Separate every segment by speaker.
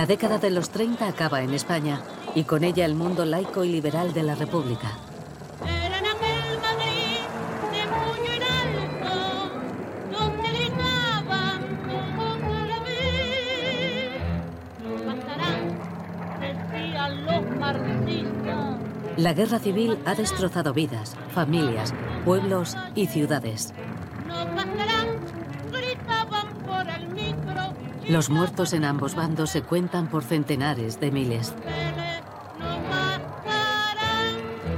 Speaker 1: La década de los 30 acaba en España y con ella el mundo laico y liberal de la República.
Speaker 2: Era en aquel Madrid de muy en alto, donde gritaban como la vez. No pasarán, decían los marxistas.
Speaker 1: La guerra civil ha destrozado vidas, familias, pueblos y ciudades.
Speaker 2: No pasarán, gritaban por el micro.
Speaker 1: Los muertos en ambos bandos se cuentan por centenares de miles.
Speaker 2: No pasarán.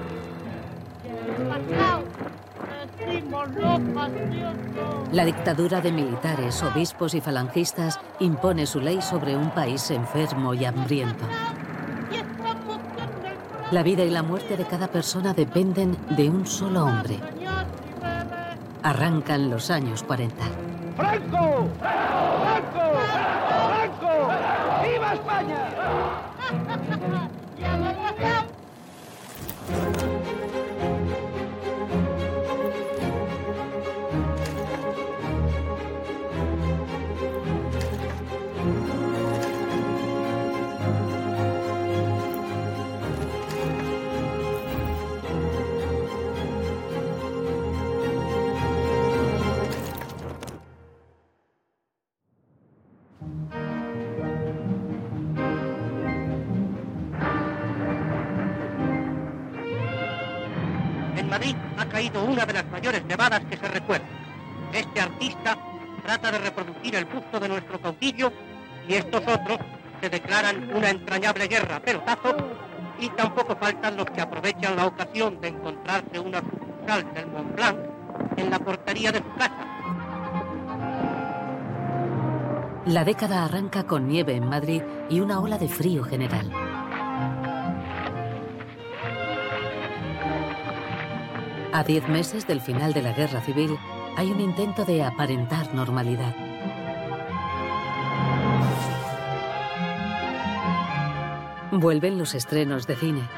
Speaker 2: Pasado, decimos los mafiosos.
Speaker 1: La dictadura de militares, obispos y falangistas impone su ley sobre un país enfermo y hambriento. La vida y la muerte de cada persona dependen de un solo hombre. Arrancan los años 40.
Speaker 3: ¡Franco! ¡Franco! ¡Franco! ¡Viva España!
Speaker 2: Ya va a pasar.
Speaker 4: En Madrid ha caído una de las mayores nevadas que se recuerdan. Este artista trata de reproducir el busto de nuestro caudillo y estos otros se declaran una entrañable guerra a pelotazo, y tampoco faltan los que aprovechan la ocasión de encontrarse una sucursal del Mont Blanc en la portería de su casa.
Speaker 1: La década arranca con nieve en Madrid y una ola de frío general. A 10 meses del final de la Guerra Civil, hay un intento de aparentar normalidad. Vuelven los estrenos de cine.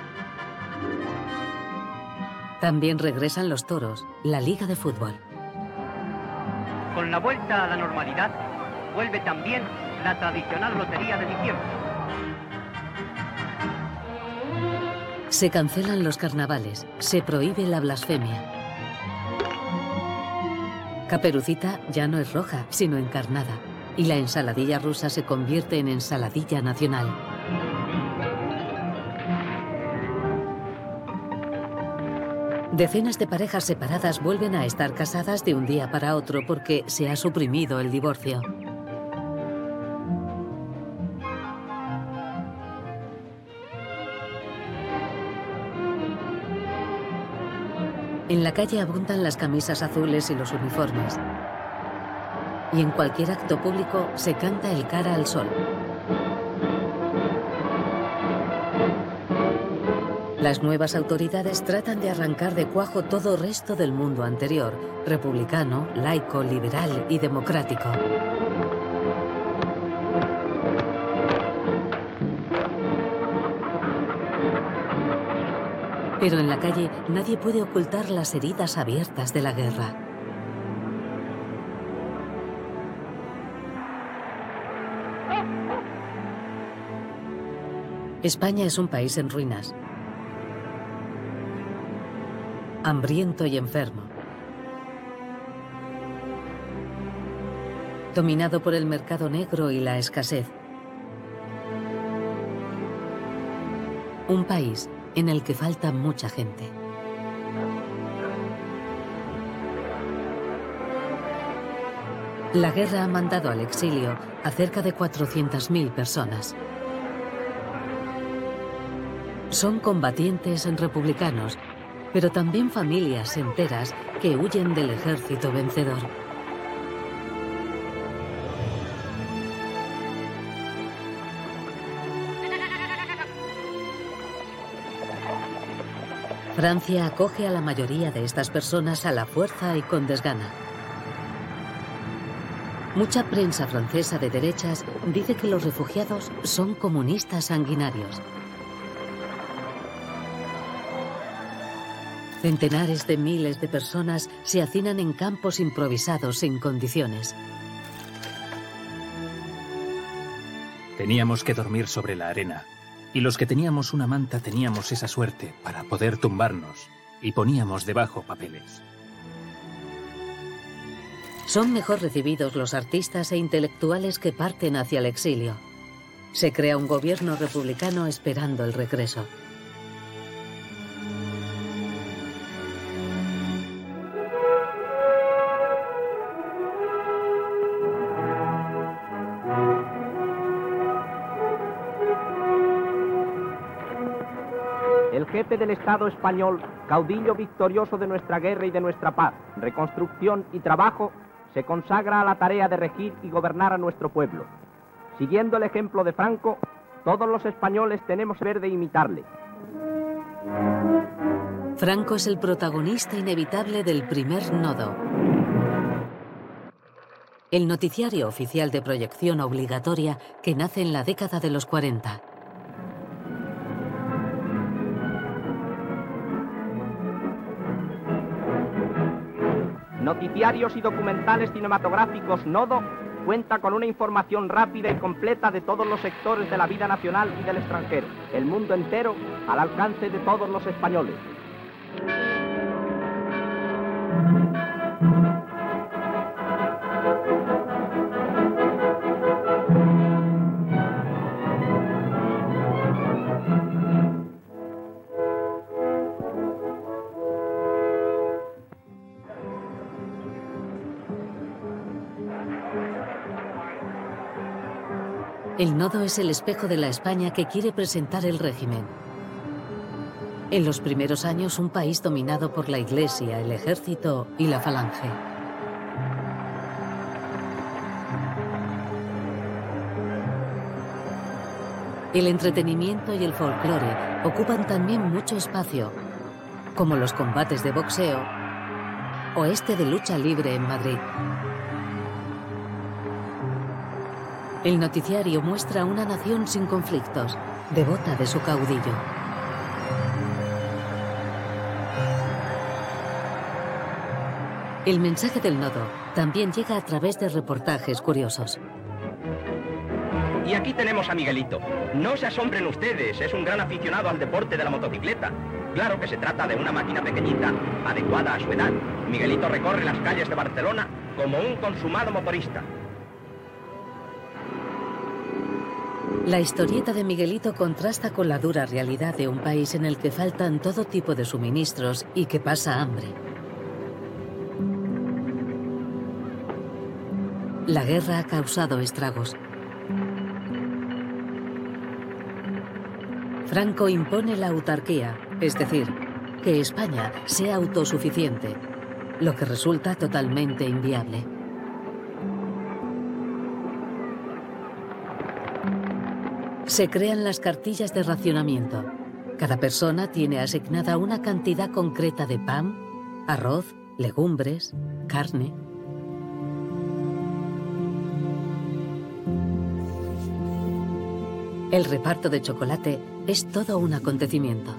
Speaker 1: También regresan los toros, la liga de fútbol.
Speaker 4: Con la vuelta a la normalidad, vuelve también la tradicional lotería de diciembre.
Speaker 1: Se cancelan los carnavales, se prohíbe la blasfemia. Caperucita ya no es roja, sino encarnada, y la ensaladilla rusa se convierte en ensaladilla nacional. Decenas de parejas separadas vuelven a estar casadas de un día para otro porque se ha suprimido el divorcio. En la calle abundan las camisas azules y los uniformes. Y en cualquier acto público se canta el cara al sol. Las nuevas autoridades tratan de arrancar de cuajo todo resto del mundo anterior, republicano, laico, liberal y democrático. Pero en la calle nadie puede ocultar las heridas abiertas de la guerra. España es un país en ruinas, hambriento y enfermo, dominado por el mercado negro y la escasez. Un país en el que falta mucha gente. La guerra ha mandado al exilio a cerca de 400.000 personas. Son combatientes republicanos, pero también familias enteras que huyen del ejército vencedor. Francia acoge a la mayoría de estas personas a la fuerza y con desgana. Mucha prensa francesa de derechas dice que los refugiados son comunistas sanguinarios. Centenares de miles de personas se hacinan en campos improvisados sin condiciones.
Speaker 5: Teníamos que dormir sobre la arena, y los que teníamos una manta teníamos esa suerte para poder tumbarnos, y poníamos debajo papeles.
Speaker 1: Son mejor recibidos los artistas e intelectuales que parten hacia el exilio. Se crea un gobierno republicano esperando el regreso.
Speaker 6: El jefe del Estado español, caudillo victorioso de nuestra guerra y de nuestra paz, reconstrucción y trabajo, se consagra a la tarea de regir y gobernar a nuestro pueblo. Siguiendo el ejemplo de Franco, todos los españoles tenemos deber de imitarle.
Speaker 1: Franco es el protagonista inevitable del primer nodo. El noticiario oficial de proyección obligatoria que nace en la década de los 40.
Speaker 6: Noticiarios y documentales cinematográficos Nodo cuenta con una información rápida y completa de todos los sectores de la vida nacional y del extranjero, el mundo entero, al alcance de todos los españoles.
Speaker 1: El nodo es el espejo de la España que quiere presentar el régimen. En los primeros años, un país dominado por la Iglesia, el ejército y la falange. El entretenimiento y el folclore ocupan también mucho espacio, como los combates de boxeo o este de lucha libre en Madrid. El noticiario muestra una nación sin conflictos, devota de su caudillo. El mensaje del nodo también llega a través de reportajes curiosos.
Speaker 7: Y aquí tenemos a Miguelito. No se asombren ustedes, es un gran aficionado al deporte de la motocicleta. Claro que se trata de una máquina pequeñita, adecuada a su edad. Miguelito recorre las calles de Barcelona como un consumado motorista.
Speaker 1: La historieta de Miguelito contrasta con la dura realidad de un país en el que faltan todo tipo de suministros y que pasa hambre. La guerra ha causado estragos. Franco impone la autarquía, es decir, que España sea autosuficiente, lo que resulta totalmente inviable. Se crean las cartillas de racionamiento. Cada persona tiene asignada una cantidad concreta de pan, arroz, legumbres, carne. El reparto de chocolate es todo un acontecimiento.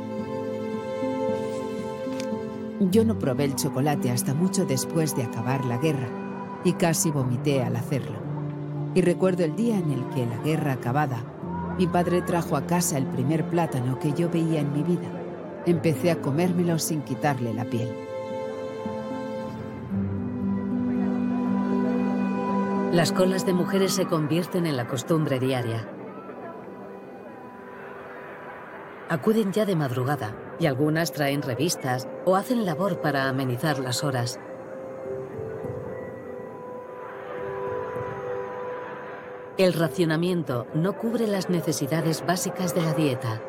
Speaker 8: Yo no probé el chocolate hasta mucho después de acabar la guerra y casi vomité al hacerlo. Y recuerdo el día en el que, la guerra acabada, mi padre trajo a casa el primer plátano que yo veía en mi vida. Empecé a comérmelo sin quitarle la piel.
Speaker 1: Las colas de mujeres se convierten en la costumbre diaria. Acuden ya de madrugada y algunas traen revistas o hacen labor para amenizar las horas. El racionamiento no cubre las necesidades básicas de la dieta.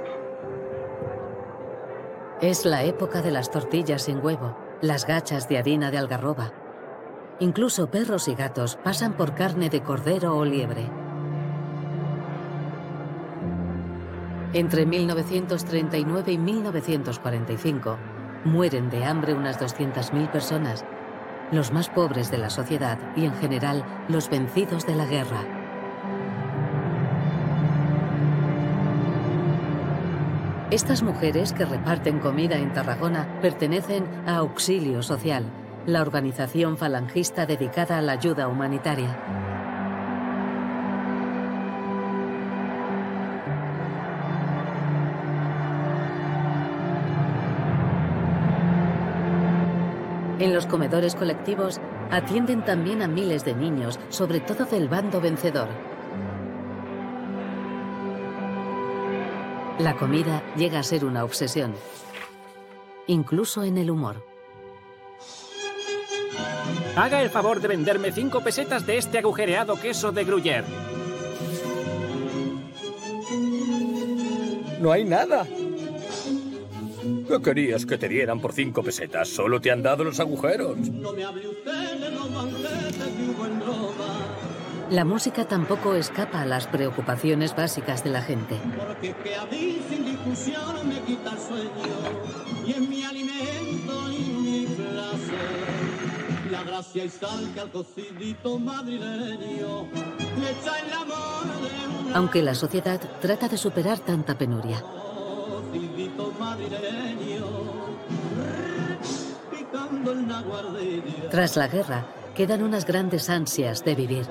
Speaker 1: Es la época de las tortillas sin huevo, las gachas de harina de algarroba. Incluso perros y gatos pasan por carne de cordero o liebre. Entre 1939 y 1945 mueren de hambre unas 200.000 personas, los más pobres de la sociedad y en general los vencidos de la guerra. Estas mujeres que reparten comida en Tarragona pertenecen a Auxilio Social, la organización falangista dedicada a la ayuda humanitaria. En los comedores colectivos atienden también a miles de niños, sobre todo del bando vencedor. La comida llega a ser una obsesión, incluso en el humor.
Speaker 5: Haga el favor de venderme 5 pesetas de este agujereado queso de Gruyère.
Speaker 9: No hay nada. ¿Qué querías que te dieran por 5 pesetas? Solo te han dado los agujeros.
Speaker 1: La música tampoco escapa a las preocupaciones básicas de la gente. Aunque la sociedad trata de superar tanta penuria. Tras la guerra, quedan unas grandes ansias de vivir.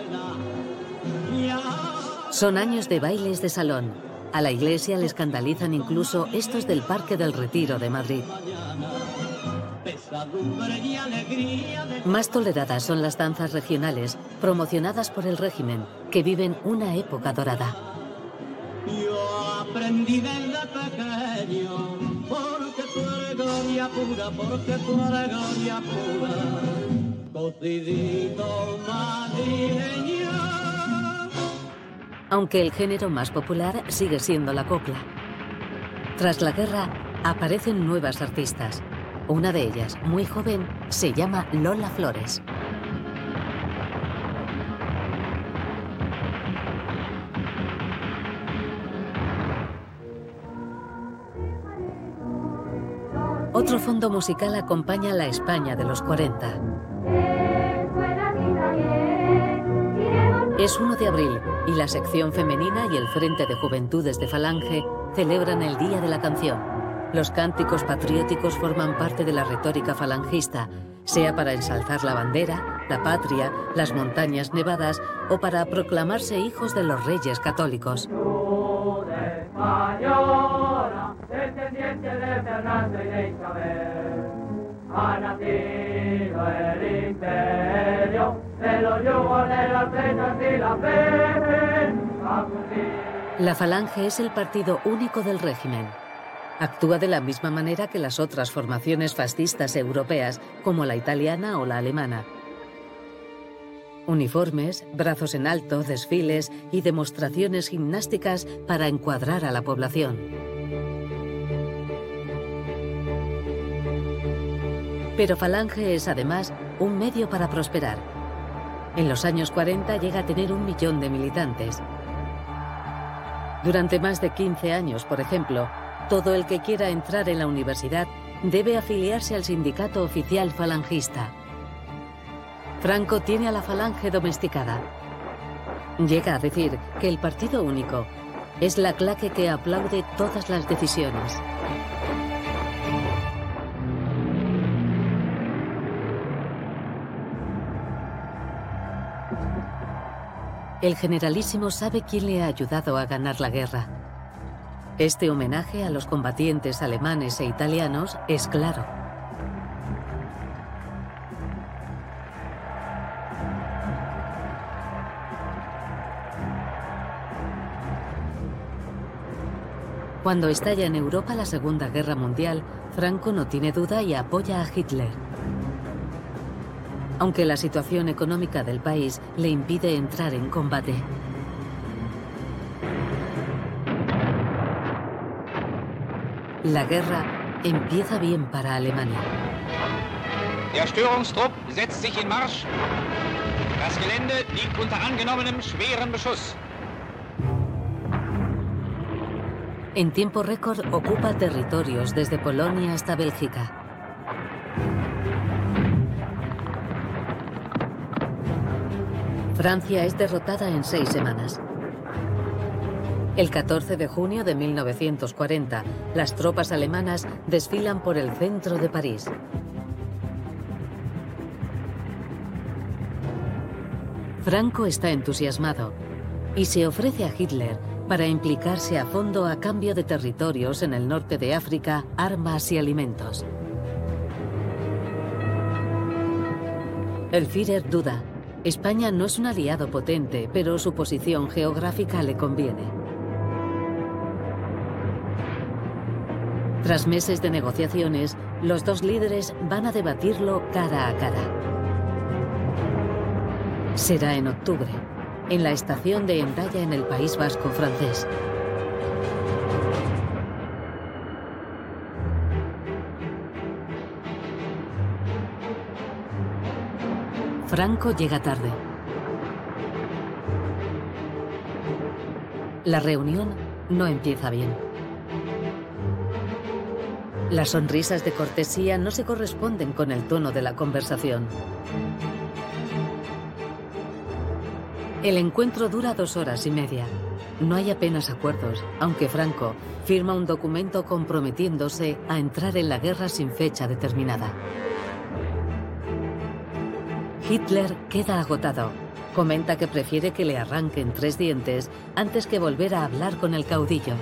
Speaker 1: Son años de bailes de salón. A la iglesia le escandalizan incluso estos del Parque del Retiro de Madrid. Más toleradas son las danzas regionales, promocionadas por el régimen, que viven una época dorada.
Speaker 2: Yo aprendí desde pequeño, porque tú eres gloria pura, porque tú eres gloria pura, cocidito madrileño.
Speaker 1: Aunque el género más popular sigue siendo la copla. Tras la guerra, aparecen nuevas artistas. Una de ellas, muy joven, se llama Lola Flores. Otro fondo musical acompaña la España de los 40. Es 1 de abril y la sección femenina y el Frente de Juventudes de Falange celebran el Día de la Canción. Los cánticos patrióticos forman parte de la retórica falangista, sea para ensalzar la bandera, la patria, las montañas nevadas o para proclamarse hijos de los reyes católicos.
Speaker 2: Ha nacido el imperio de los yugos de las flechas y la fe.
Speaker 1: La Falange es el partido único del régimen. Actúa de la misma manera que las otras formaciones fascistas europeas, como la italiana o la alemana. Uniformes, brazos en alto, desfiles y demostraciones gimnásticas para encuadrar a la población. Pero Falange es además un medio para prosperar. En los años 40 llega a tener 1 millón de militantes. Durante más de 15 años, por ejemplo, todo el que quiera entrar en la universidad debe afiliarse al sindicato oficial falangista. Franco tiene a la Falange domesticada. Llega a decir que el partido único es la claque que aplaude todas las decisiones. El generalísimo sabe quién le ha ayudado a ganar la guerra. Este homenaje a los combatientes alemanes e italianos es claro. Cuando estalla en Europa la Segunda Guerra Mundial, Franco no tiene duda y apoya a Hitler. Aunque la situación económica del país le impide entrar en combate. La guerra empieza bien para Alemania.
Speaker 10: Der Störungstrupp setzt sich in Marsch. Das Gelände liegt unter angenommenem schweren Beschuss.
Speaker 1: En tiempo récord ocupa territorios desde Polonia hasta Bélgica. Francia es derrotada en 6 semanas. El 14 de junio de 1940, las tropas alemanas desfilan por el centro de París. Franco está entusiasmado y se ofrece a Hitler para implicarse a fondo a cambio de territorios en el norte de África, armas y alimentos. El Führer duda. España no es un aliado potente, pero su posición geográfica le conviene. Tras meses de negociaciones, los dos líderes van a debatirlo cara a cara. Será en octubre, en la estación de Hendaya en el País Vasco francés. Franco llega tarde. La reunión no empieza bien. Las sonrisas de cortesía no se corresponden con el tono de la conversación. El encuentro dura 2 horas y media. No hay apenas acuerdos, aunque Franco firma un documento comprometiéndose a entrar en la guerra sin fecha determinada. Hitler queda agotado. Comenta que prefiere que le arranquen 3 dientes antes que volver a hablar con el caudillo.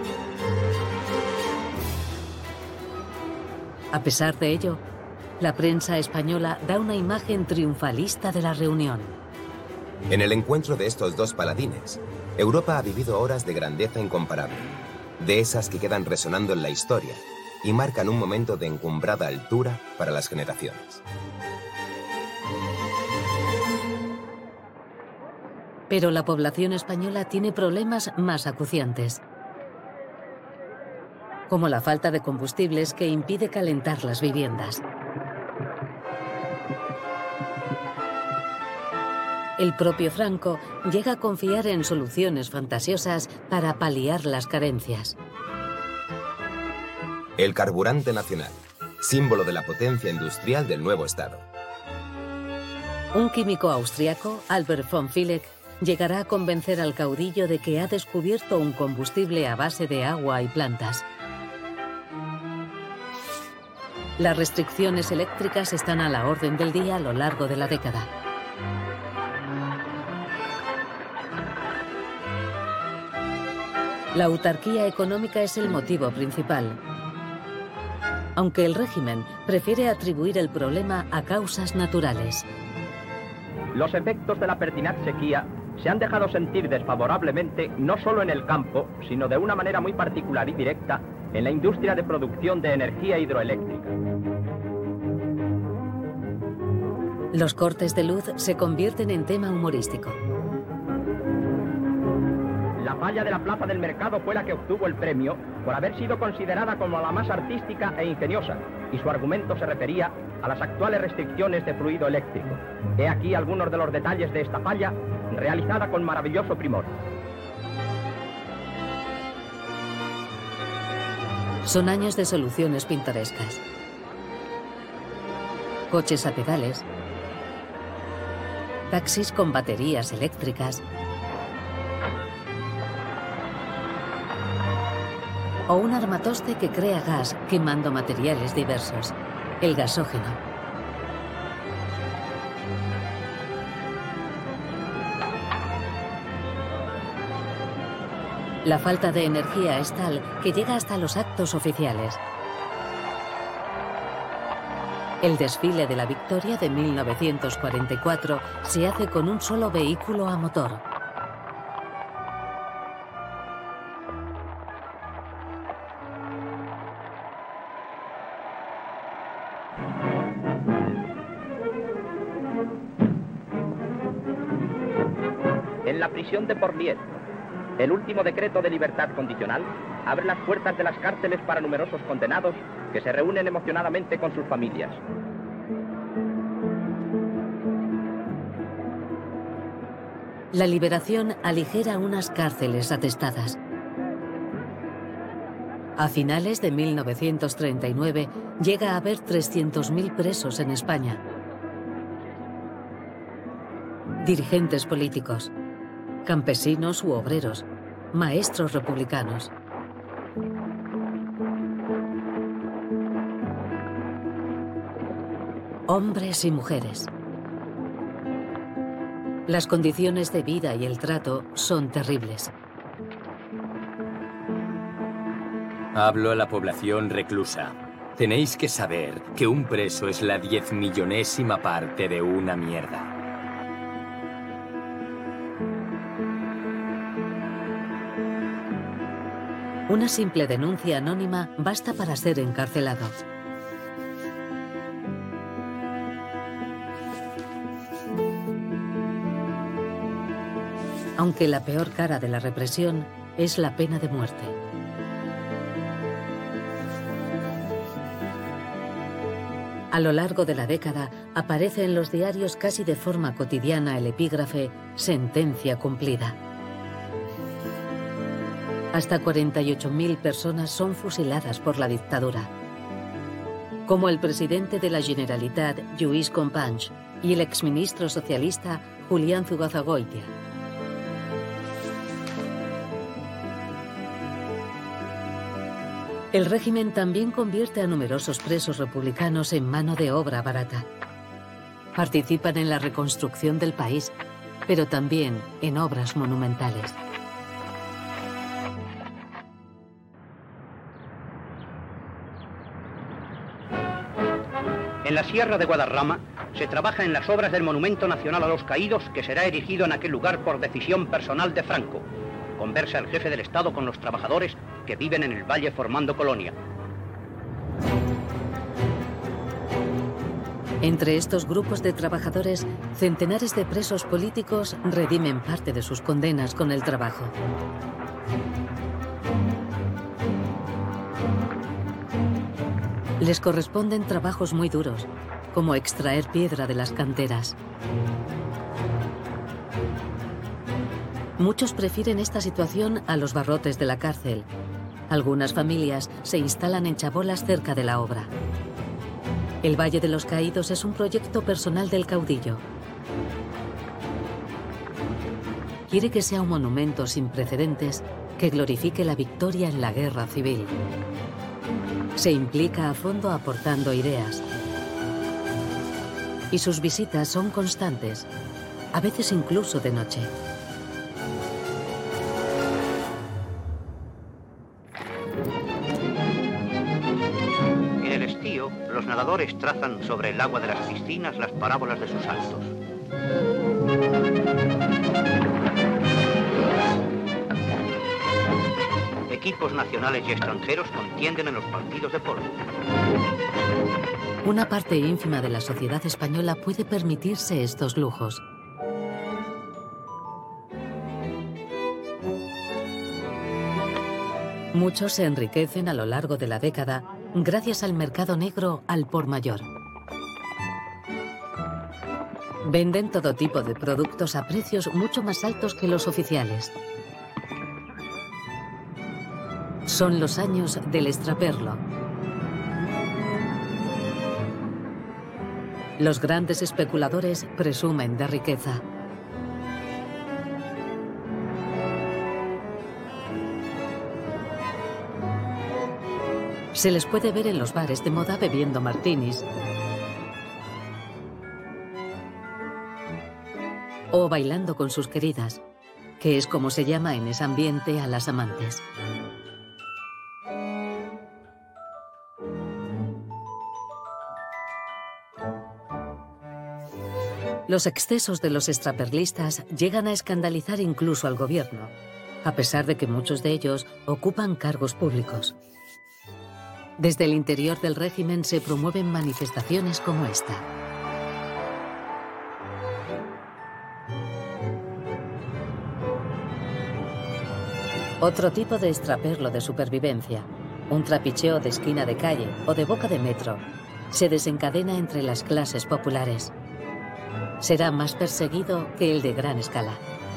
Speaker 1: A pesar de ello, la prensa española da una imagen triunfalista de la reunión.
Speaker 11: En el encuentro de estos dos paladines, Europa ha vivido horas de grandeza incomparable, de esas que quedan resonando en la historia y marcan un momento de encumbrada altura para las generaciones.
Speaker 1: Pero la población española tiene problemas más acuciantes, como la falta de combustibles que impide calentar las viviendas. El propio Franco llega a confiar en soluciones fantasiosas para paliar las carencias.
Speaker 11: El carburante nacional, símbolo de la potencia industrial del nuevo Estado.
Speaker 1: Un químico austriaco, Albert von Villeck, llegará a convencer al caudillo de que ha descubierto un combustible a base de agua y plantas. Las restricciones eléctricas están a la orden del día a lo largo de la década. La autarquía económica es el motivo principal, aunque el régimen prefiere atribuir el problema a causas naturales.
Speaker 7: Los efectos de la pertinaz sequía se han dejado sentir desfavorablemente no solo en el campo, sino de una manera muy particular y directa en la industria de producción de energía hidroeléctrica.
Speaker 1: Los cortes de luz se convierten en tema humorístico.
Speaker 7: La falla de la Plaza del Mercado fue la que obtuvo el premio por haber sido considerada como la más artística e ingeniosa, y su argumento se refería a las actuales restricciones de fluido eléctrico. He aquí algunos de los detalles de esta falla, realizada con maravilloso primor.
Speaker 1: Son años de soluciones pintorescas. Coches a pedales, taxis con baterías eléctricas o un armatoste que crea gas quemando materiales diversos, el gasógeno. La falta de energía es tal que llega hasta los actos oficiales. El desfile de la Victoria de 1944 se hace con un solo vehículo a motor.
Speaker 7: En la prisión de Porlier, el último decreto de libertad condicional abre las puertas de las cárceles para numerosos condenados que se reúnen emocionadamente con sus familias.
Speaker 1: La liberación aligera unas cárceles atestadas. A finales de 1939 llega a haber 300.000 presos en España. Dirigentes políticos, campesinos u obreros, maestros republicanos. Hombres y mujeres. Las condiciones de vida y el trato son terribles.
Speaker 12: Hablo a la población reclusa. Tenéis que saber que un preso es la 10.000.000ª parte de una mierda.
Speaker 1: Una simple denuncia anónima basta para ser encarcelado. Aunque la peor cara de la represión es la pena de muerte. A lo largo de la década aparece en los diarios casi de forma cotidiana el epígrafe «Sentencia cumplida». Hasta 48.000 personas son fusiladas por la dictadura, como el presidente de la Generalitat, Lluís Companys, y el exministro socialista Julián Zugazagoitia. El régimen también convierte a numerosos presos republicanos en mano de obra barata. Participan en la reconstrucción del país, pero también en obras monumentales.
Speaker 4: En la Sierra de Guadarrama se trabaja en las obras del Monumento Nacional a los Caídos, que será erigido en aquel lugar por decisión personal de Franco. Conversa el jefe del Estado con los trabajadores que viven en el valle formando colonia.
Speaker 1: Entre estos grupos de trabajadores, centenares de presos políticos redimen parte de sus condenas con el trabajo. Les corresponden trabajos muy duros, como extraer piedra de las canteras. Muchos prefieren esta situación a los barrotes de la cárcel. Algunas familias se instalan en chabolas cerca de la obra. El Valle de los Caídos es un proyecto personal del caudillo. Quiere que sea un monumento sin precedentes que glorifique la victoria en la guerra civil. Se implica a fondo aportando ideas. Y sus visitas son constantes, a veces incluso de noche.
Speaker 4: En el estío, los nadadores trazan sobre el agua de las piscinas las parábolas de sus saltos. Equipos nacionales y extranjeros contienden en los partidos de polo.
Speaker 1: Una parte ínfima de la sociedad española puede permitirse estos lujos. Muchos se enriquecen a lo largo de la década gracias al mercado negro al por mayor. Venden todo tipo de productos a precios mucho más altos que los oficiales. Son los años del extraperlo. Los grandes especuladores presumen de riqueza. Se les puede ver en los bares de moda bebiendo martinis o bailando con sus queridas, que es como se llama en ese ambiente a las amantes. Los excesos de los extraperlistas llegan a escandalizar incluso al gobierno, a pesar de que muchos de ellos ocupan cargos públicos. Desde el interior del régimen se promueven manifestaciones como esta. Otro tipo de extraperlo de supervivencia, un trapicheo de esquina de calle o de boca de metro, se desencadena entre las clases populares. Será más perseguido que el de gran escala.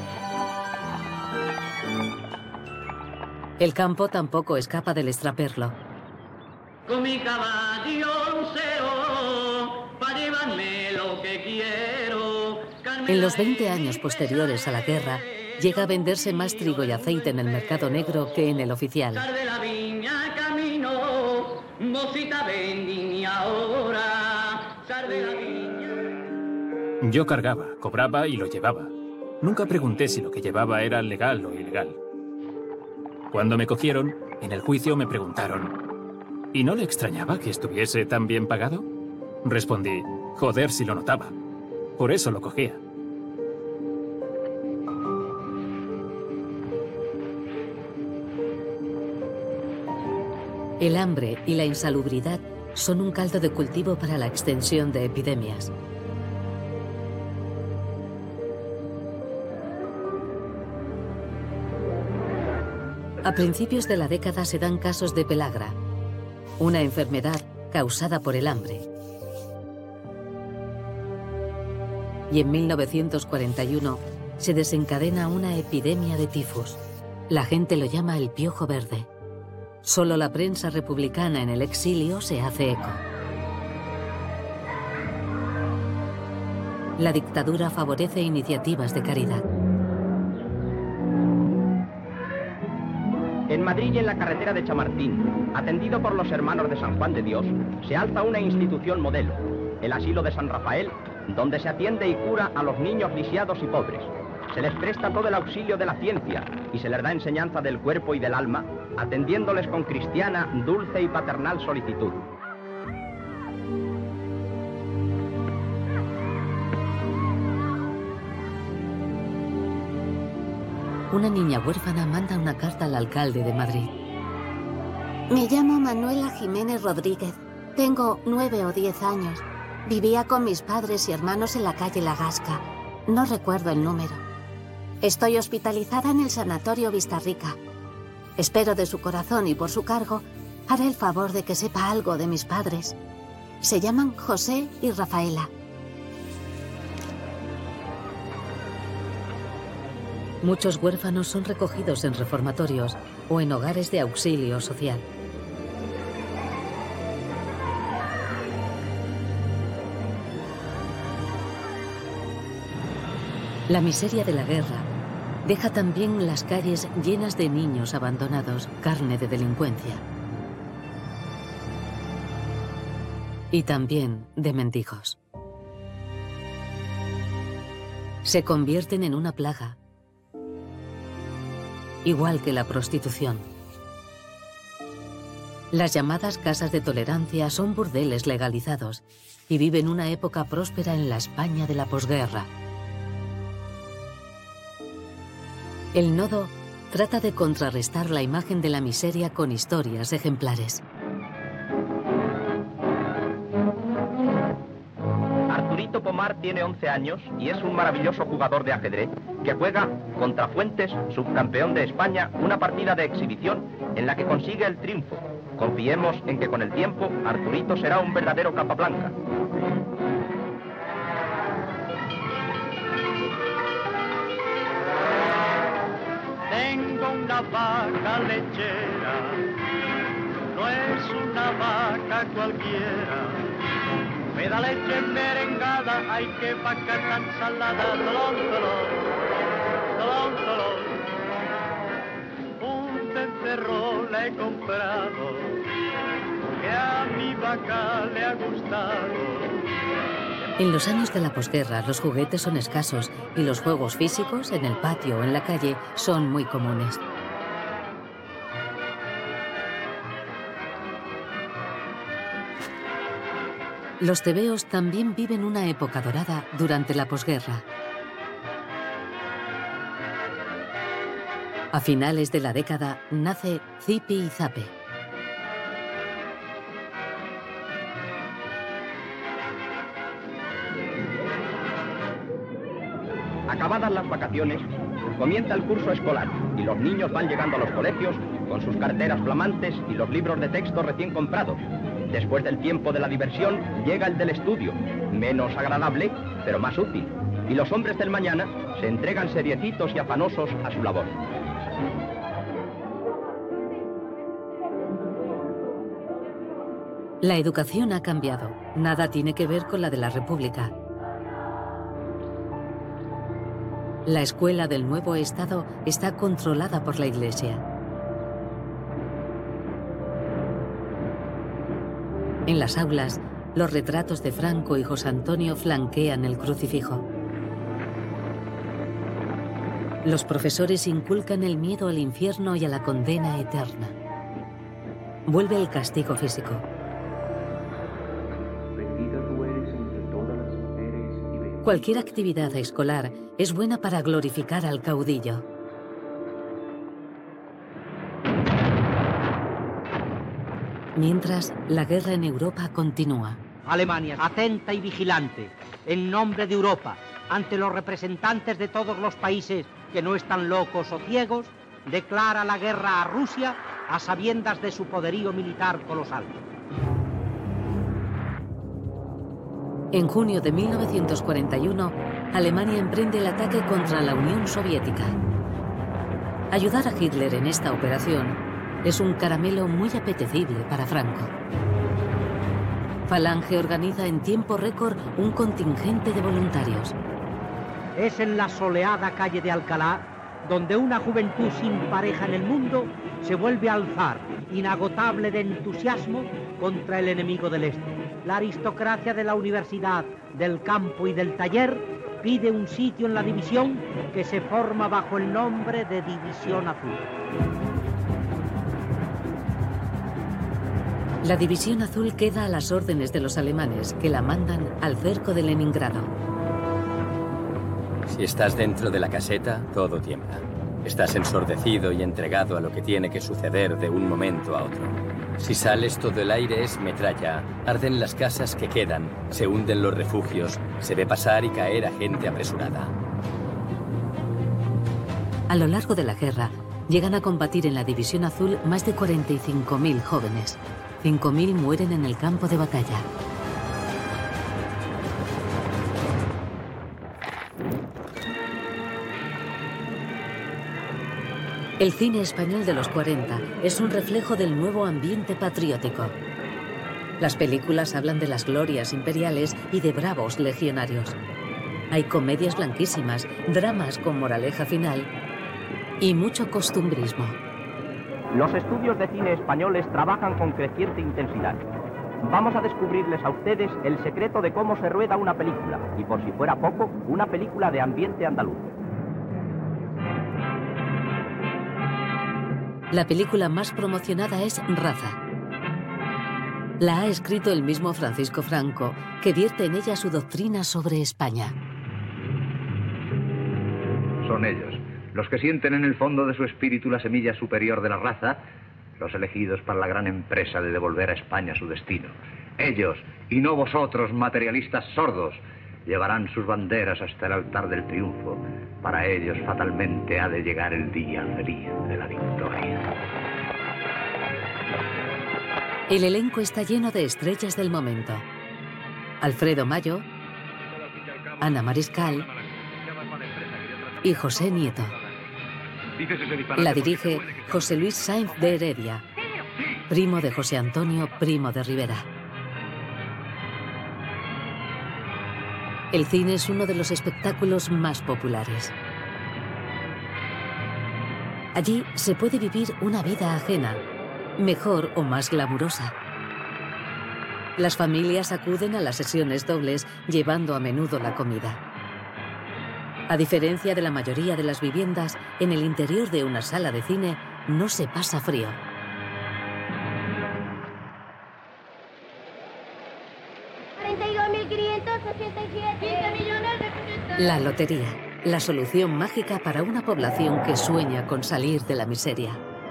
Speaker 1: El campo tampoco escapa del extraperlo.
Speaker 2: Con mi caballo lucero, para llevarme lo que quiero.
Speaker 1: En los 20 años posteriores a la guerra, llega a venderse más trigo y aceite en el mercado negro que en el oficial.
Speaker 2: De la viña camino, mocita vendí ahora, sal de la viña.
Speaker 5: Yo cargaba, cobraba y lo llevaba. Nunca pregunté si lo que llevaba era legal o ilegal. Cuando me cogieron, en el juicio me preguntaron: ¿Y no le extrañaba que estuviese tan bien pagado? Respondí, joder si lo notaba. Por eso lo cogía.
Speaker 1: El hambre y la insalubridad son un caldo de cultivo para la extensión de epidemias. A principios de la década se dan casos de pelagra, una enfermedad causada por el hambre. Y en 1941 se desencadena una epidemia de tifus. La gente lo llama el piojo verde. Solo la prensa republicana en el exilio se hace eco. La dictadura favorece iniciativas de caridad.
Speaker 7: En Madrid y en la carretera de Chamartín, atendido por los hermanos de San Juan de Dios, se alza una institución modelo, el asilo de San Rafael, donde se atiende y cura a los niños lisiados y pobres. Se les presta todo el auxilio de la ciencia y se les da enseñanza del cuerpo y del alma, atendiéndoles con cristiana, dulce y paternal solicitud.
Speaker 1: Una niña huérfana manda una carta al alcalde de Madrid.
Speaker 13: Me llamo Manuela Jiménez Rodríguez. Tengo 9 o 10 años. Vivía con mis padres y hermanos en la calle La Gasca. No recuerdo el número. Estoy hospitalizada en el sanatorio Vistarrica. Espero de su corazón y por su cargo, haré el favor de que sepa algo de mis padres. Se llaman José y Rafaela.
Speaker 1: Muchos huérfanos son recogidos en reformatorios o en hogares de auxilio social. La miseria de la guerra deja también las calles llenas de niños abandonados, carne de delincuencia. Y también de mendigos. Se convierten en una plaga, igual que la prostitución. Las llamadas casas de tolerancia son burdeles legalizados y viven una época próspera en la España de la posguerra. El Nodo trata de contrarrestar la imagen de la miseria con historias ejemplares.
Speaker 7: Arturito Pomar tiene 11 años y es un maravilloso jugador de ajedrez que juega contra Fuentes, subcampeón de España, una partida de exhibición en la que consigue el triunfo. Confiemos en que con el tiempo Arturito será un verdadero Capablanca.
Speaker 2: Tengo una vaca lechera, no es una vaca cualquiera. Me da leche merengada, ay qué vaca tan salada, dolón, dolón, dolón, dolón. Un becerro le he comprado, que a mi vaca le ha gustado.
Speaker 1: En los años de la posguerra, los juguetes son escasos y los juegos físicos, en el patio o en la calle, son muy comunes. Los tebeos también viven una época dorada durante la posguerra. A finales de la década nace Zipi y Zape.
Speaker 7: Acabadas las vacaciones, comienza el curso escolar y los niños van llegando a los colegios con sus carteras flamantes y los libros de texto recién comprados. Después del tiempo de la diversión, llega el del estudio, menos agradable, pero más útil. Y los hombres del mañana se entregan seriecitos y afanosos a su labor.
Speaker 1: La educación ha cambiado. Nada tiene que ver con la de la República. La escuela del nuevo Estado está controlada por la Iglesia. En las aulas, los retratos de Franco y José Antonio flanquean el crucifijo. Los profesores inculcan el miedo al infierno y a la condena eterna. vuelve el castigo físico. Cualquier actividad escolar es buena para glorificar al caudillo. Mientras, la guerra en Europa continúa.
Speaker 4: Alemania, atenta y vigilante, en nombre de Europa, ante los representantes de todos los países que no están locos o ciegos, declara la guerra a Rusia a sabiendas de su poderío militar colosal.
Speaker 1: En junio de 1941, Alemania emprende el ataque contra la Unión Soviética. Ayudar a Hitler en esta operación es un caramelo muy apetecible para Franco. Falange organiza en tiempo récord un contingente de voluntarios.
Speaker 4: Es en la soleada calle de Alcalá donde una juventud sin pareja en el mundo se vuelve a alzar, inagotable de entusiasmo, contra el enemigo del Este. La aristocracia de la universidad, del campo y del taller pide un sitio en la división que se forma bajo el nombre de División Azul.
Speaker 1: La División Azul queda a las órdenes de los alemanes, que la mandan al cerco de Leningrado.
Speaker 12: Si estás dentro de la caseta, todo tiembla. Estás ensordecido y entregado a lo que tiene que suceder de un momento a otro. Si sales, todo el aire es metralla, arden las casas que quedan, se hunden los refugios, se ve pasar y caer a gente apresurada.
Speaker 1: A lo largo de la guerra, llegan a combatir en la División Azul más de 45.000 jóvenes. 5.000 mueren en el campo de batalla. El cine español de los 40 es un reflejo del nuevo ambiente patriótico. Las películas hablan de las glorias imperiales y de bravos legionarios. Hay comedias blanquísimas, dramas con moraleja final y mucho costumbrismo.
Speaker 6: Los estudios de cine españoles trabajan con creciente intensidad. Vamos a descubrirles a ustedes el secreto de cómo se rueda una película, y por si fuera poco, una película de ambiente andaluz.
Speaker 1: La película más promocionada es Raza. La ha escrito el mismo Francisco Franco, que vierte en ella su doctrina sobre España.
Speaker 14: Son ellos, los que sienten en el fondo de su espíritu la semilla superior de la raza, los elegidos para la gran empresa de devolver a España su destino. Ellos, y no vosotros, materialistas sordos, llevarán sus banderas hasta el altar del triunfo. Para ellos fatalmente ha de llegar el día feliz de la victoria.
Speaker 1: El elenco está lleno de estrellas del momento. Alfredo Mayo, Ana Mariscal y José Nieto. La dirige José Luis Sainz de Heredia, primo de José Antonio Primo de Rivera. El cine es uno de los espectáculos más populares. Allí se puede vivir una vida ajena, mejor o más glamurosa. Las familias acuden a las sesiones dobles, llevando a menudo la comida. A diferencia de la mayoría de las viviendas, en el interior de una sala de cine no se pasa frío. La lotería, la solución mágica para una población que sueña con salir de la miseria.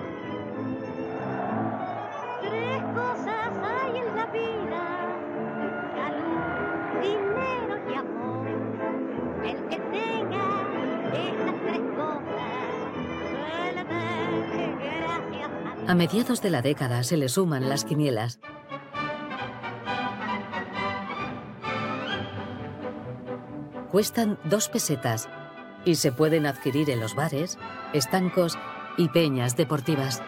Speaker 15: Tres cosas hay en la vida: salud, dinero y amor. El que tenga estas tres cosas suele ver gracias a Dios.
Speaker 1: A mediados de la década se le suman las quinielas. Cuestan 2 pesetas y se pueden adquirir en los bares, estancos y peñas deportivas.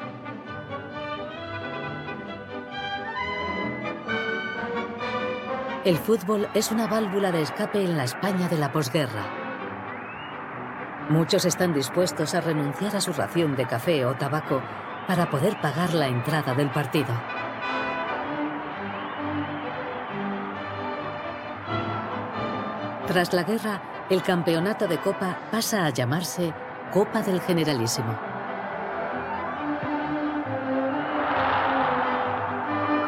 Speaker 1: El fútbol es una válvula de escape en la España de la posguerra. Muchos están dispuestos a renunciar a su ración de café o tabaco para poder pagar la entrada del partido. Tras la guerra, el campeonato de Copa pasa a llamarse Copa del Generalísimo.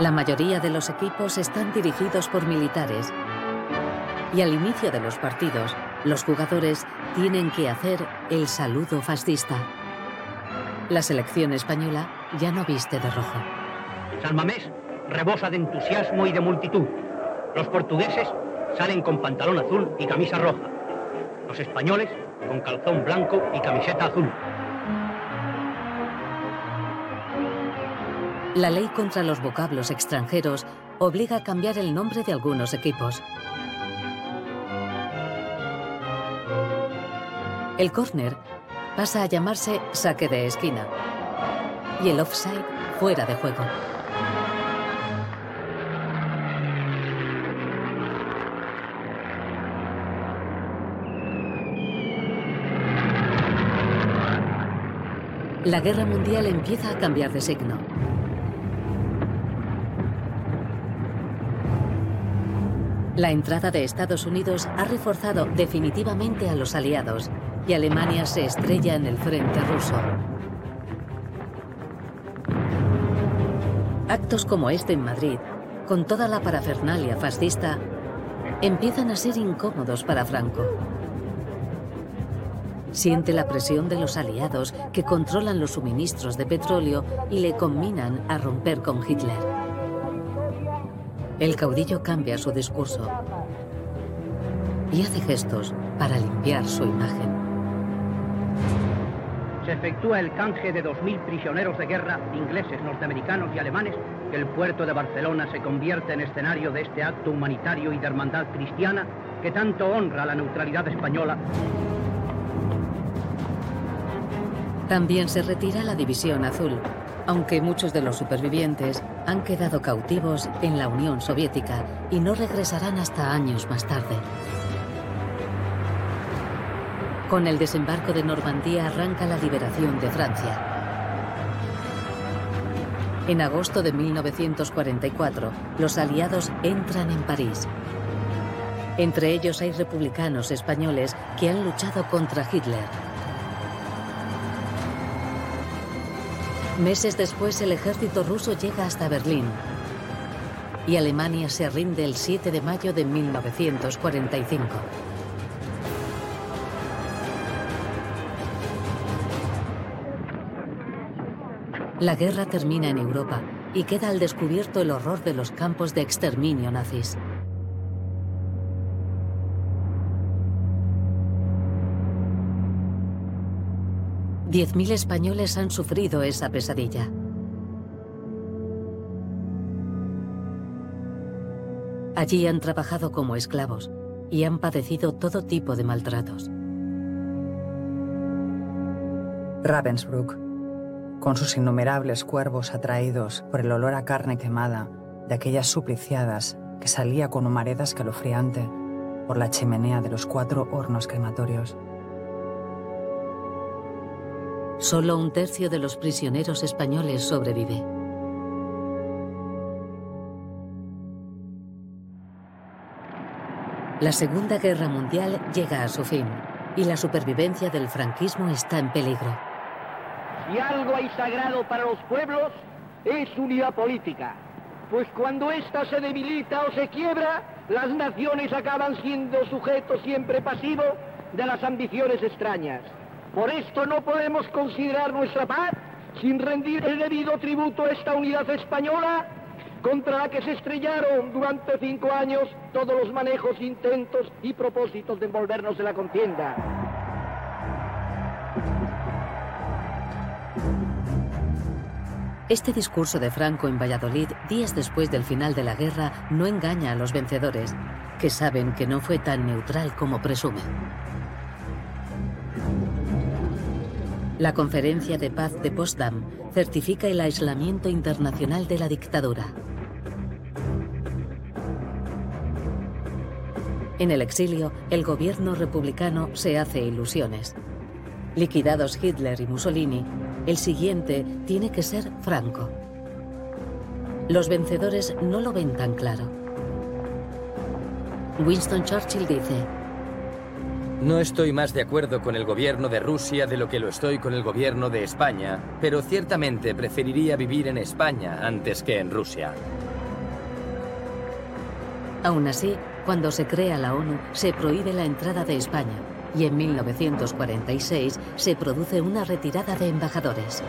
Speaker 1: La mayoría de los equipos están dirigidos por militares y al inicio de los partidos, los jugadores tienen que hacer el saludo fascista. La selección española ya no viste de rojo.
Speaker 4: San Mamés rebosa de entusiasmo y de multitud. Los portugueses salen con pantalón azul y camisa roja. Los españoles con calzón blanco y camiseta azul.
Speaker 1: La ley contra los vocablos extranjeros obliga a cambiar el nombre de algunos equipos. El córner pasa a llamarse saque de esquina y el offside fuera de juego. La guerra mundial empieza a cambiar de signo. La entrada de Estados Unidos ha reforzado definitivamente a los aliados y Alemania se estrella en el frente ruso. Actos como este en Madrid, con toda la parafernalia fascista, empiezan a ser incómodos para Franco. Siente la presión de los aliados que controlan los suministros de petróleo y le conminan a romper con Hitler. El caudillo cambia su discurso y hace gestos para limpiar su imagen.
Speaker 4: Se efectúa el canje de 2.000 prisioneros de guerra, ingleses, norteamericanos y alemanes, que el puerto de Barcelona se convierte en escenario de este acto humanitario y de hermandad cristiana que tanto honra la neutralidad española.
Speaker 1: También se retira la División Azul, aunque muchos de los supervivientes han quedado cautivos en la Unión Soviética y no regresarán hasta años más tarde. Con el desembarco de Normandía arranca la liberación de Francia. En agosto de 1944, los aliados entran en París. Entre ellos hay republicanos españoles que han luchado contra Hitler. Meses después, el ejército ruso llega hasta Berlín y Alemania se rinde el 7 de mayo de 1945. La guerra termina en Europa y queda al descubierto el horror de los campos de exterminio nazis. $10.000 españoles han sufrido esa pesadilla. Allí han trabajado como esclavos y han padecido todo tipo de maltratos.
Speaker 16: Ravensbrück, con sus innumerables cuervos atraídos por el olor a carne quemada de aquellas supliciadas que salía con humareda escalofriante por la chimenea de los 4 hornos crematorios.
Speaker 1: Solo 1/3 de los prisioneros españoles sobrevive. La Segunda Guerra Mundial llega a su fin y la supervivencia del franquismo está en peligro.
Speaker 3: Si algo hay sagrado para los pueblos, es unidad política. Pues cuando ésta se debilita o se quiebra, las naciones acaban siendo sujetos siempre pasivos de las ambiciones extrañas. Por esto no podemos considerar nuestra paz sin rendir el debido tributo a esta unidad española contra la que se estrellaron durante 5 años todos los manejos, intentos y propósitos de envolvernos en la contienda.
Speaker 1: Este discurso de Franco en Valladolid, días después del final de la guerra, no engaña a los vencedores, que saben que no fue tan neutral como presumen. La Conferencia de Paz de Potsdam certifica el aislamiento internacional de la dictadura. En el exilio, el gobierno republicano se hace ilusiones. Liquidados Hitler y Mussolini, el siguiente tiene que ser Franco. Los vencedores no lo ven tan claro. Winston Churchill dice:
Speaker 12: no estoy más de acuerdo con el gobierno de Rusia de lo que lo estoy con el gobierno de España, pero ciertamente preferiría vivir en España antes que en Rusia.
Speaker 1: Aún así, cuando se crea la ONU, se prohíbe la entrada de España y en 1946 se produce una retirada de embajadores.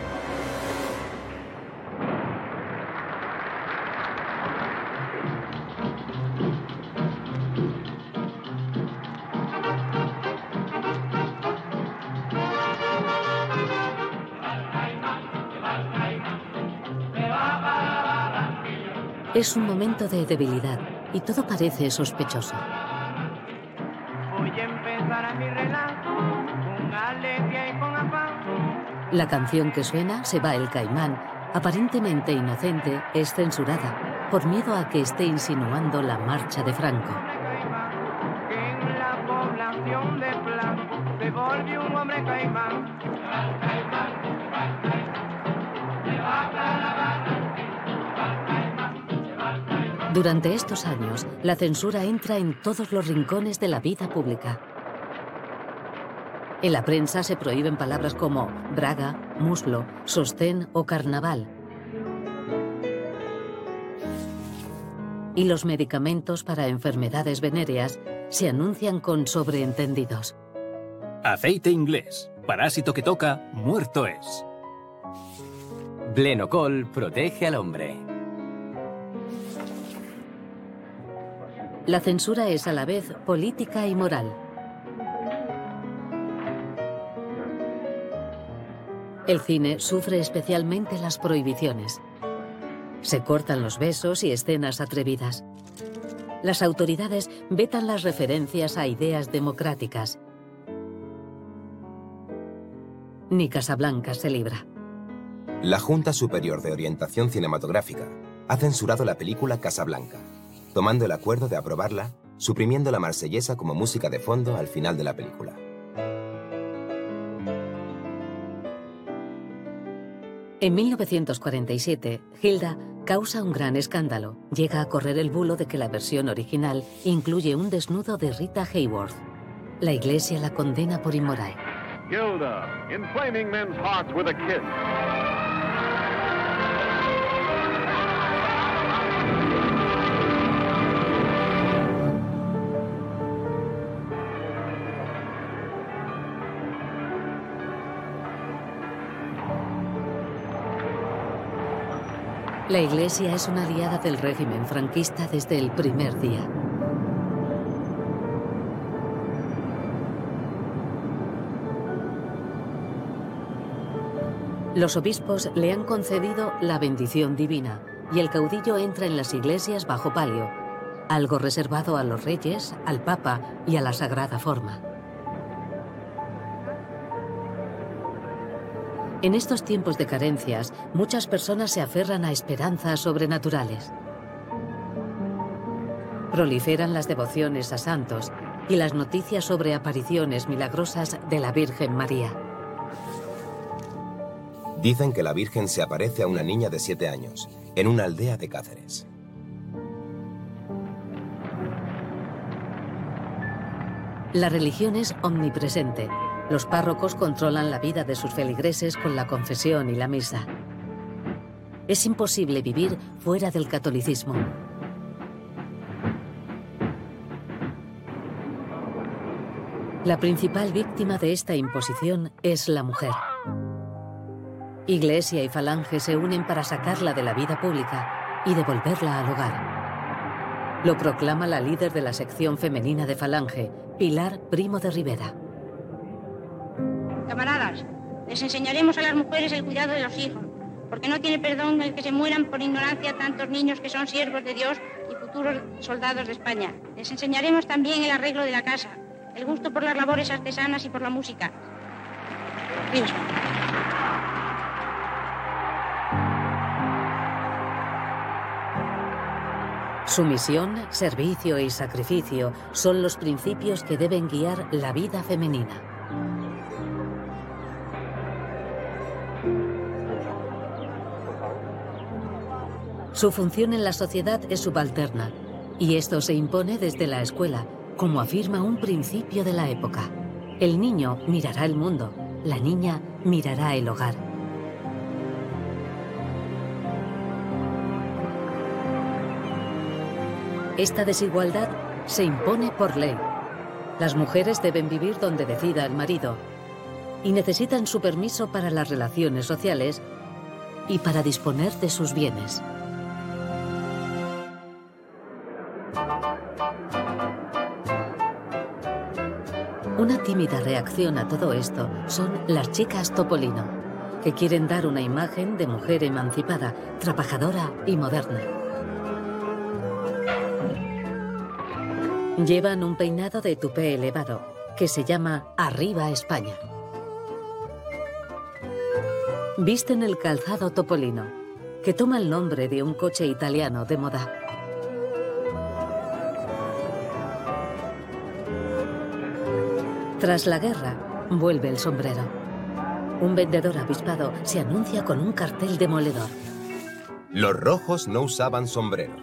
Speaker 1: Es un momento de debilidad y todo parece sospechoso.
Speaker 2: Voy a empezar mi relato con alegría y con afán.
Speaker 1: La canción que suena, Se va el caimán, aparentemente inocente, es censurada por miedo a que esté insinuando la marcha de Franco.
Speaker 2: En la población de Plan se volvió un hombre caimán.
Speaker 1: Durante estos años, la censura entra en todos los rincones de la vida pública. En la prensa se prohíben palabras como braga, muslo, sostén o carnaval. Y los medicamentos para enfermedades venéreas se anuncian con sobreentendidos.
Speaker 5: Aceite inglés. Parásito que toca, muerto es.
Speaker 12: Blenocol protege al hombre.
Speaker 1: La censura es a la vez política y moral. El cine sufre especialmente las prohibiciones. Se cortan los besos y escenas atrevidas. Las autoridades vetan las referencias a ideas democráticas. Ni Casablanca se libra.
Speaker 11: La Junta Superior de Orientación Cinematográfica ha censurado la película Casablanca, tomando el acuerdo de aprobarla, suprimiendo la marsellesa como música de fondo al final de la película.
Speaker 1: En 1947, Hilda causa un gran escándalo. Llega a correr el bulo de que la versión original incluye un desnudo de Rita Hayworth. La Iglesia la condena por inmoral.
Speaker 17: Hilda, inflaming men's hearts with a kiss.
Speaker 1: La Iglesia es una aliada del régimen franquista desde el primer día. Los obispos le han concedido la bendición divina y el caudillo entra en las iglesias bajo palio, algo reservado a los reyes, al papa y a la sagrada forma. En estos tiempos de carencias, muchas personas se aferran a esperanzas sobrenaturales. Proliferan las devociones a santos y las noticias sobre apariciones milagrosas de la Virgen María.
Speaker 11: Dicen que la Virgen se aparece a una niña de 7 años, en una aldea de Cáceres.
Speaker 1: La religión es omnipresente. Los párrocos controlan la vida de sus feligreses con la confesión y la misa. Es imposible vivir fuera del catolicismo. La principal víctima de esta imposición es la mujer. Iglesia y Falange se unen para sacarla de la vida pública y devolverla al hogar. Lo proclama la líder de la sección femenina de Falange, Pilar Primo de Rivera.
Speaker 18: Camaradas, les enseñaremos a las mujeres el cuidado de los hijos, porque no tiene perdón el que se mueran por ignorancia tantos niños que son siervos de Dios y futuros soldados de España. Les enseñaremos también el arreglo de la casa, el gusto por las labores artesanas y por la música. Dios.
Speaker 1: Sumisión, servicio y sacrificio son los principios que deben guiar la vida femenina. Su función en la sociedad es subalterna, y esto se impone desde la escuela, como afirma un principio de la época. El niño mirará el mundo, la niña mirará el hogar. Esta desigualdad se impone por ley. Las mujeres deben vivir donde decida el marido y necesitan su permiso para las relaciones sociales y para disponer de sus bienes. Una tímida reacción a todo esto son las chicas Topolino, que quieren dar una imagen de mujer emancipada, trabajadora y moderna. Llevan un peinado de tupé elevado, que se llama Arriba España. Visten el calzado Topolino, que toma el nombre de un coche italiano de moda. Tras la guerra, vuelve el sombrero. Un vendedor avispado se anuncia con un cartel demoledor.
Speaker 11: Los rojos no usaban sombrero.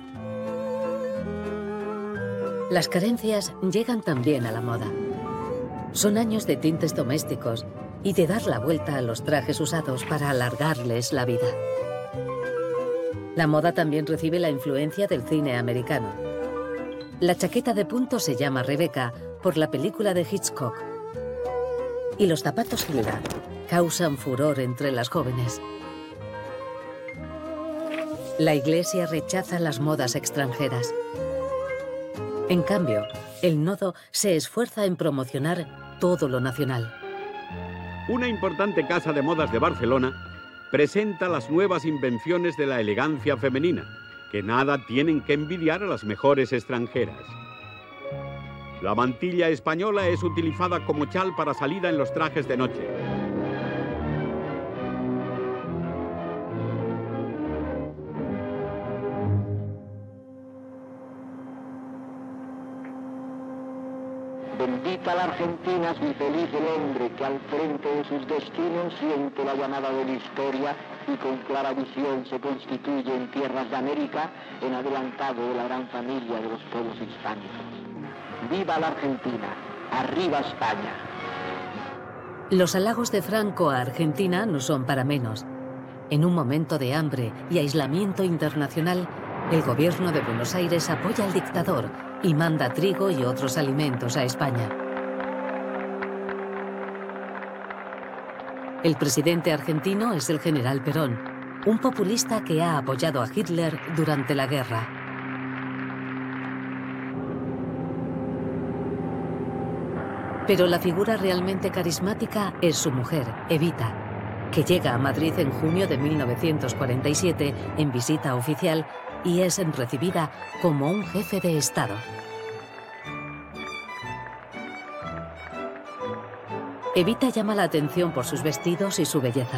Speaker 1: Las carencias llegan también a la moda. Son años de tintes domésticos y de dar la vuelta a los trajes usados para alargarles la vida. La moda también recibe la influencia del cine americano. La chaqueta de punto se llama Rebecca por la película de Hitchcock. Y los zapatos Hilda causan furor entre las jóvenes. La Iglesia rechaza las modas extranjeras. En cambio, el nodo se esfuerza en promocionar todo lo nacional.
Speaker 19: Una importante casa de modas de Barcelona presenta las nuevas invenciones de la elegancia femenina, que nada tienen que envidiar a las mejores extranjeras. La mantilla española es utilizada como chal para salida en los trajes de noche.
Speaker 3: Bendita la Argentina, y feliz el hombre que al frente de sus destinos siente la llamada de la historia y con clara visión se constituye en tierras de América en adelantado de la gran familia de los pueblos hispánicos. ¡Viva la Argentina! ¡Arriba España!
Speaker 1: Los halagos de Franco a Argentina no son para menos. En un momento de hambre y aislamiento internacional, el gobierno de Buenos Aires apoya al dictador y manda trigo y otros alimentos a España. El presidente argentino es el general Perón, un populista que ha apoyado a Hitler durante la guerra. Pero la figura realmente carismática es su mujer, Evita, que llega a Madrid en junio de 1947 en visita oficial y es recibida como un jefe de Estado. Evita llama la atención por sus vestidos y su belleza.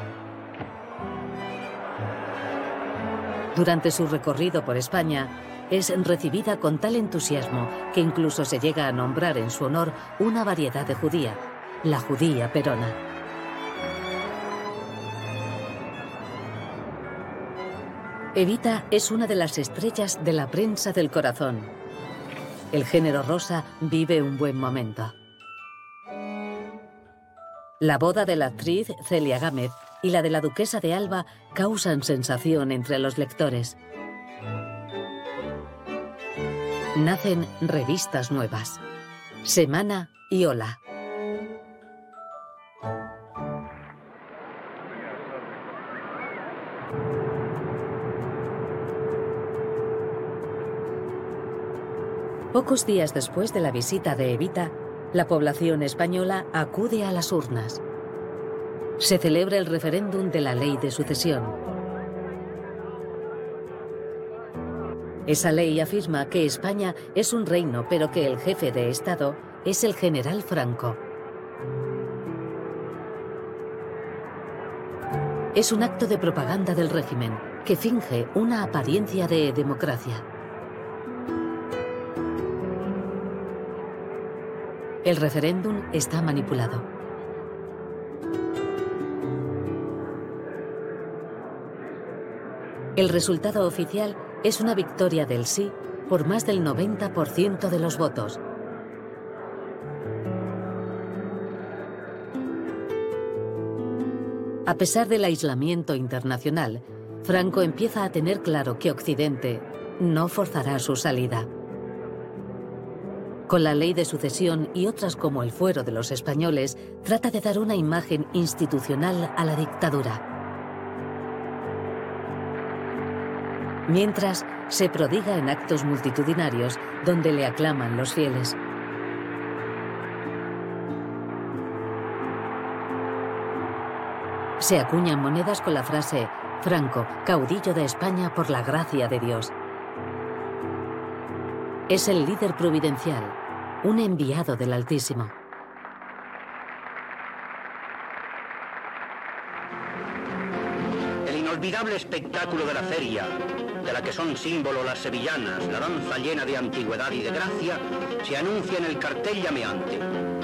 Speaker 1: Durante su recorrido por España, es recibida con tal entusiasmo que incluso se llega a nombrar en su honor una variedad de judía, la judía perona. Evita es una de las estrellas de la prensa del corazón. El género rosa vive un buen momento. La boda de la actriz Celia Gámez y la de la duquesa de Alba causan sensación entre los lectores. Nacen revistas nuevas, Semana y Hola. Pocos días después de la visita de Evita, la población española acude a las urnas. Se celebra el referéndum de la Ley de Sucesión. Esa ley afirma que España es un reino, pero que el jefe de Estado es el general Franco. Es un acto de propaganda del régimen que finge una apariencia de democracia. El referéndum está manipulado. El resultado oficial es una victoria del sí por más del 90% de los votos. A pesar del aislamiento internacional, Franco empieza a tener claro que Occidente no forzará su salida. Con la ley de sucesión y otras como el fuero de los españoles, trata de dar una imagen institucional a la dictadura. Mientras, se prodiga en actos multitudinarios donde le aclaman los fieles. Se acuñan monedas con la frase «Franco, caudillo de España por la gracia de Dios». Es el líder providencial, un enviado del Altísimo.
Speaker 4: El inolvidable espectáculo de la feria, de la que son símbolo las sevillanas, la danza llena de antigüedad y de gracia, se anuncia en el cartel llameante.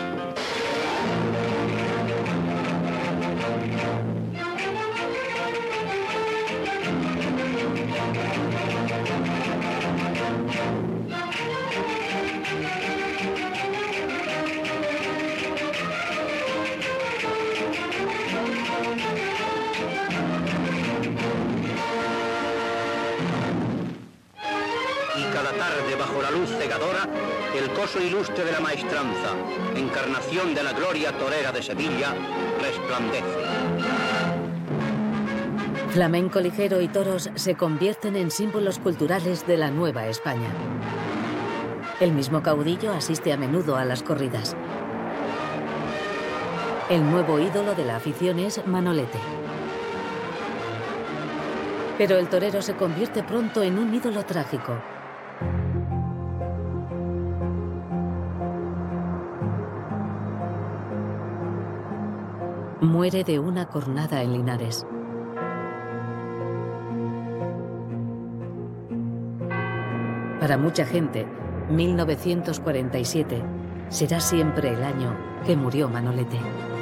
Speaker 4: Bajo la luz cegadora, el coso ilustre de la maestranza, encarnación de la gloria torera de Sevilla, resplandece.
Speaker 1: Flamenco ligero y toros se convierten en símbolos culturales de la Nueva España. El mismo caudillo asiste a menudo a las corridas. El nuevo ídolo de la afición es Manolete. Pero el torero se convierte pronto en un ídolo trágico. Muere de una cornada en Linares. Para mucha gente, 1947 será siempre el año que murió Manolete.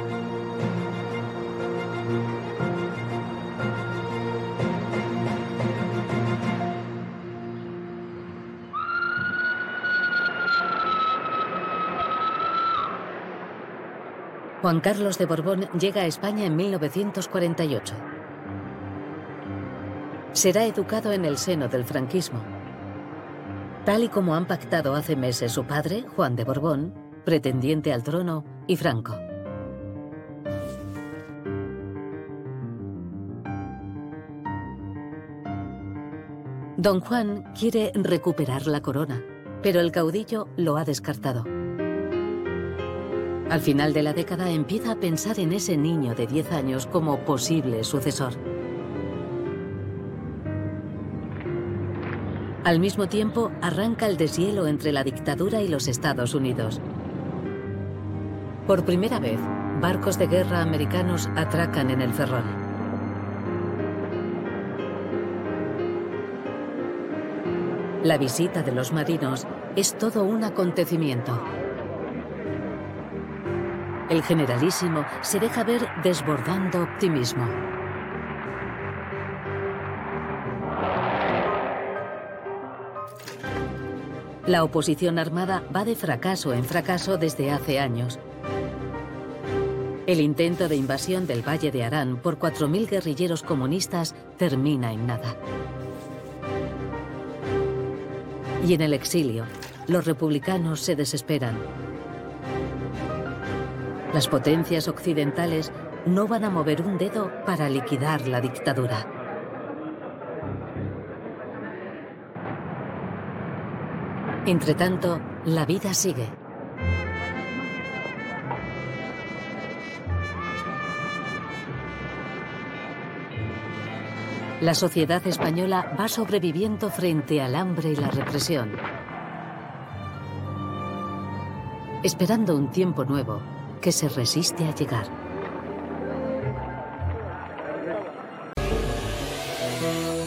Speaker 1: Juan Carlos de Borbón llega a España en 1948. Será educado en el seno del franquismo, tal y como han pactado hace meses su padre, Juan de Borbón, pretendiente al trono, y Franco. Don Juan quiere recuperar la corona, pero el caudillo lo ha descartado. Al final de la década empieza a pensar en ese niño de 10 años como posible sucesor. Al mismo tiempo, arranca el deshielo entre la dictadura y los Estados Unidos. Por primera vez, barcos de guerra americanos atracan en el Ferrol. La visita de los marinos es todo un acontecimiento. El generalísimo se deja ver desbordando optimismo. La oposición armada va de fracaso en fracaso desde hace años. El intento de invasión del Valle de Arán por 4.000 guerrilleros comunistas termina en nada. Y en el exilio, los republicanos se desesperan. Las potencias occidentales no van a mover un dedo para liquidar la dictadura. Entretanto, la vida sigue. La sociedad española va sobreviviendo frente al hambre y la represión, esperando un tiempo nuevo que se resiste a llegar.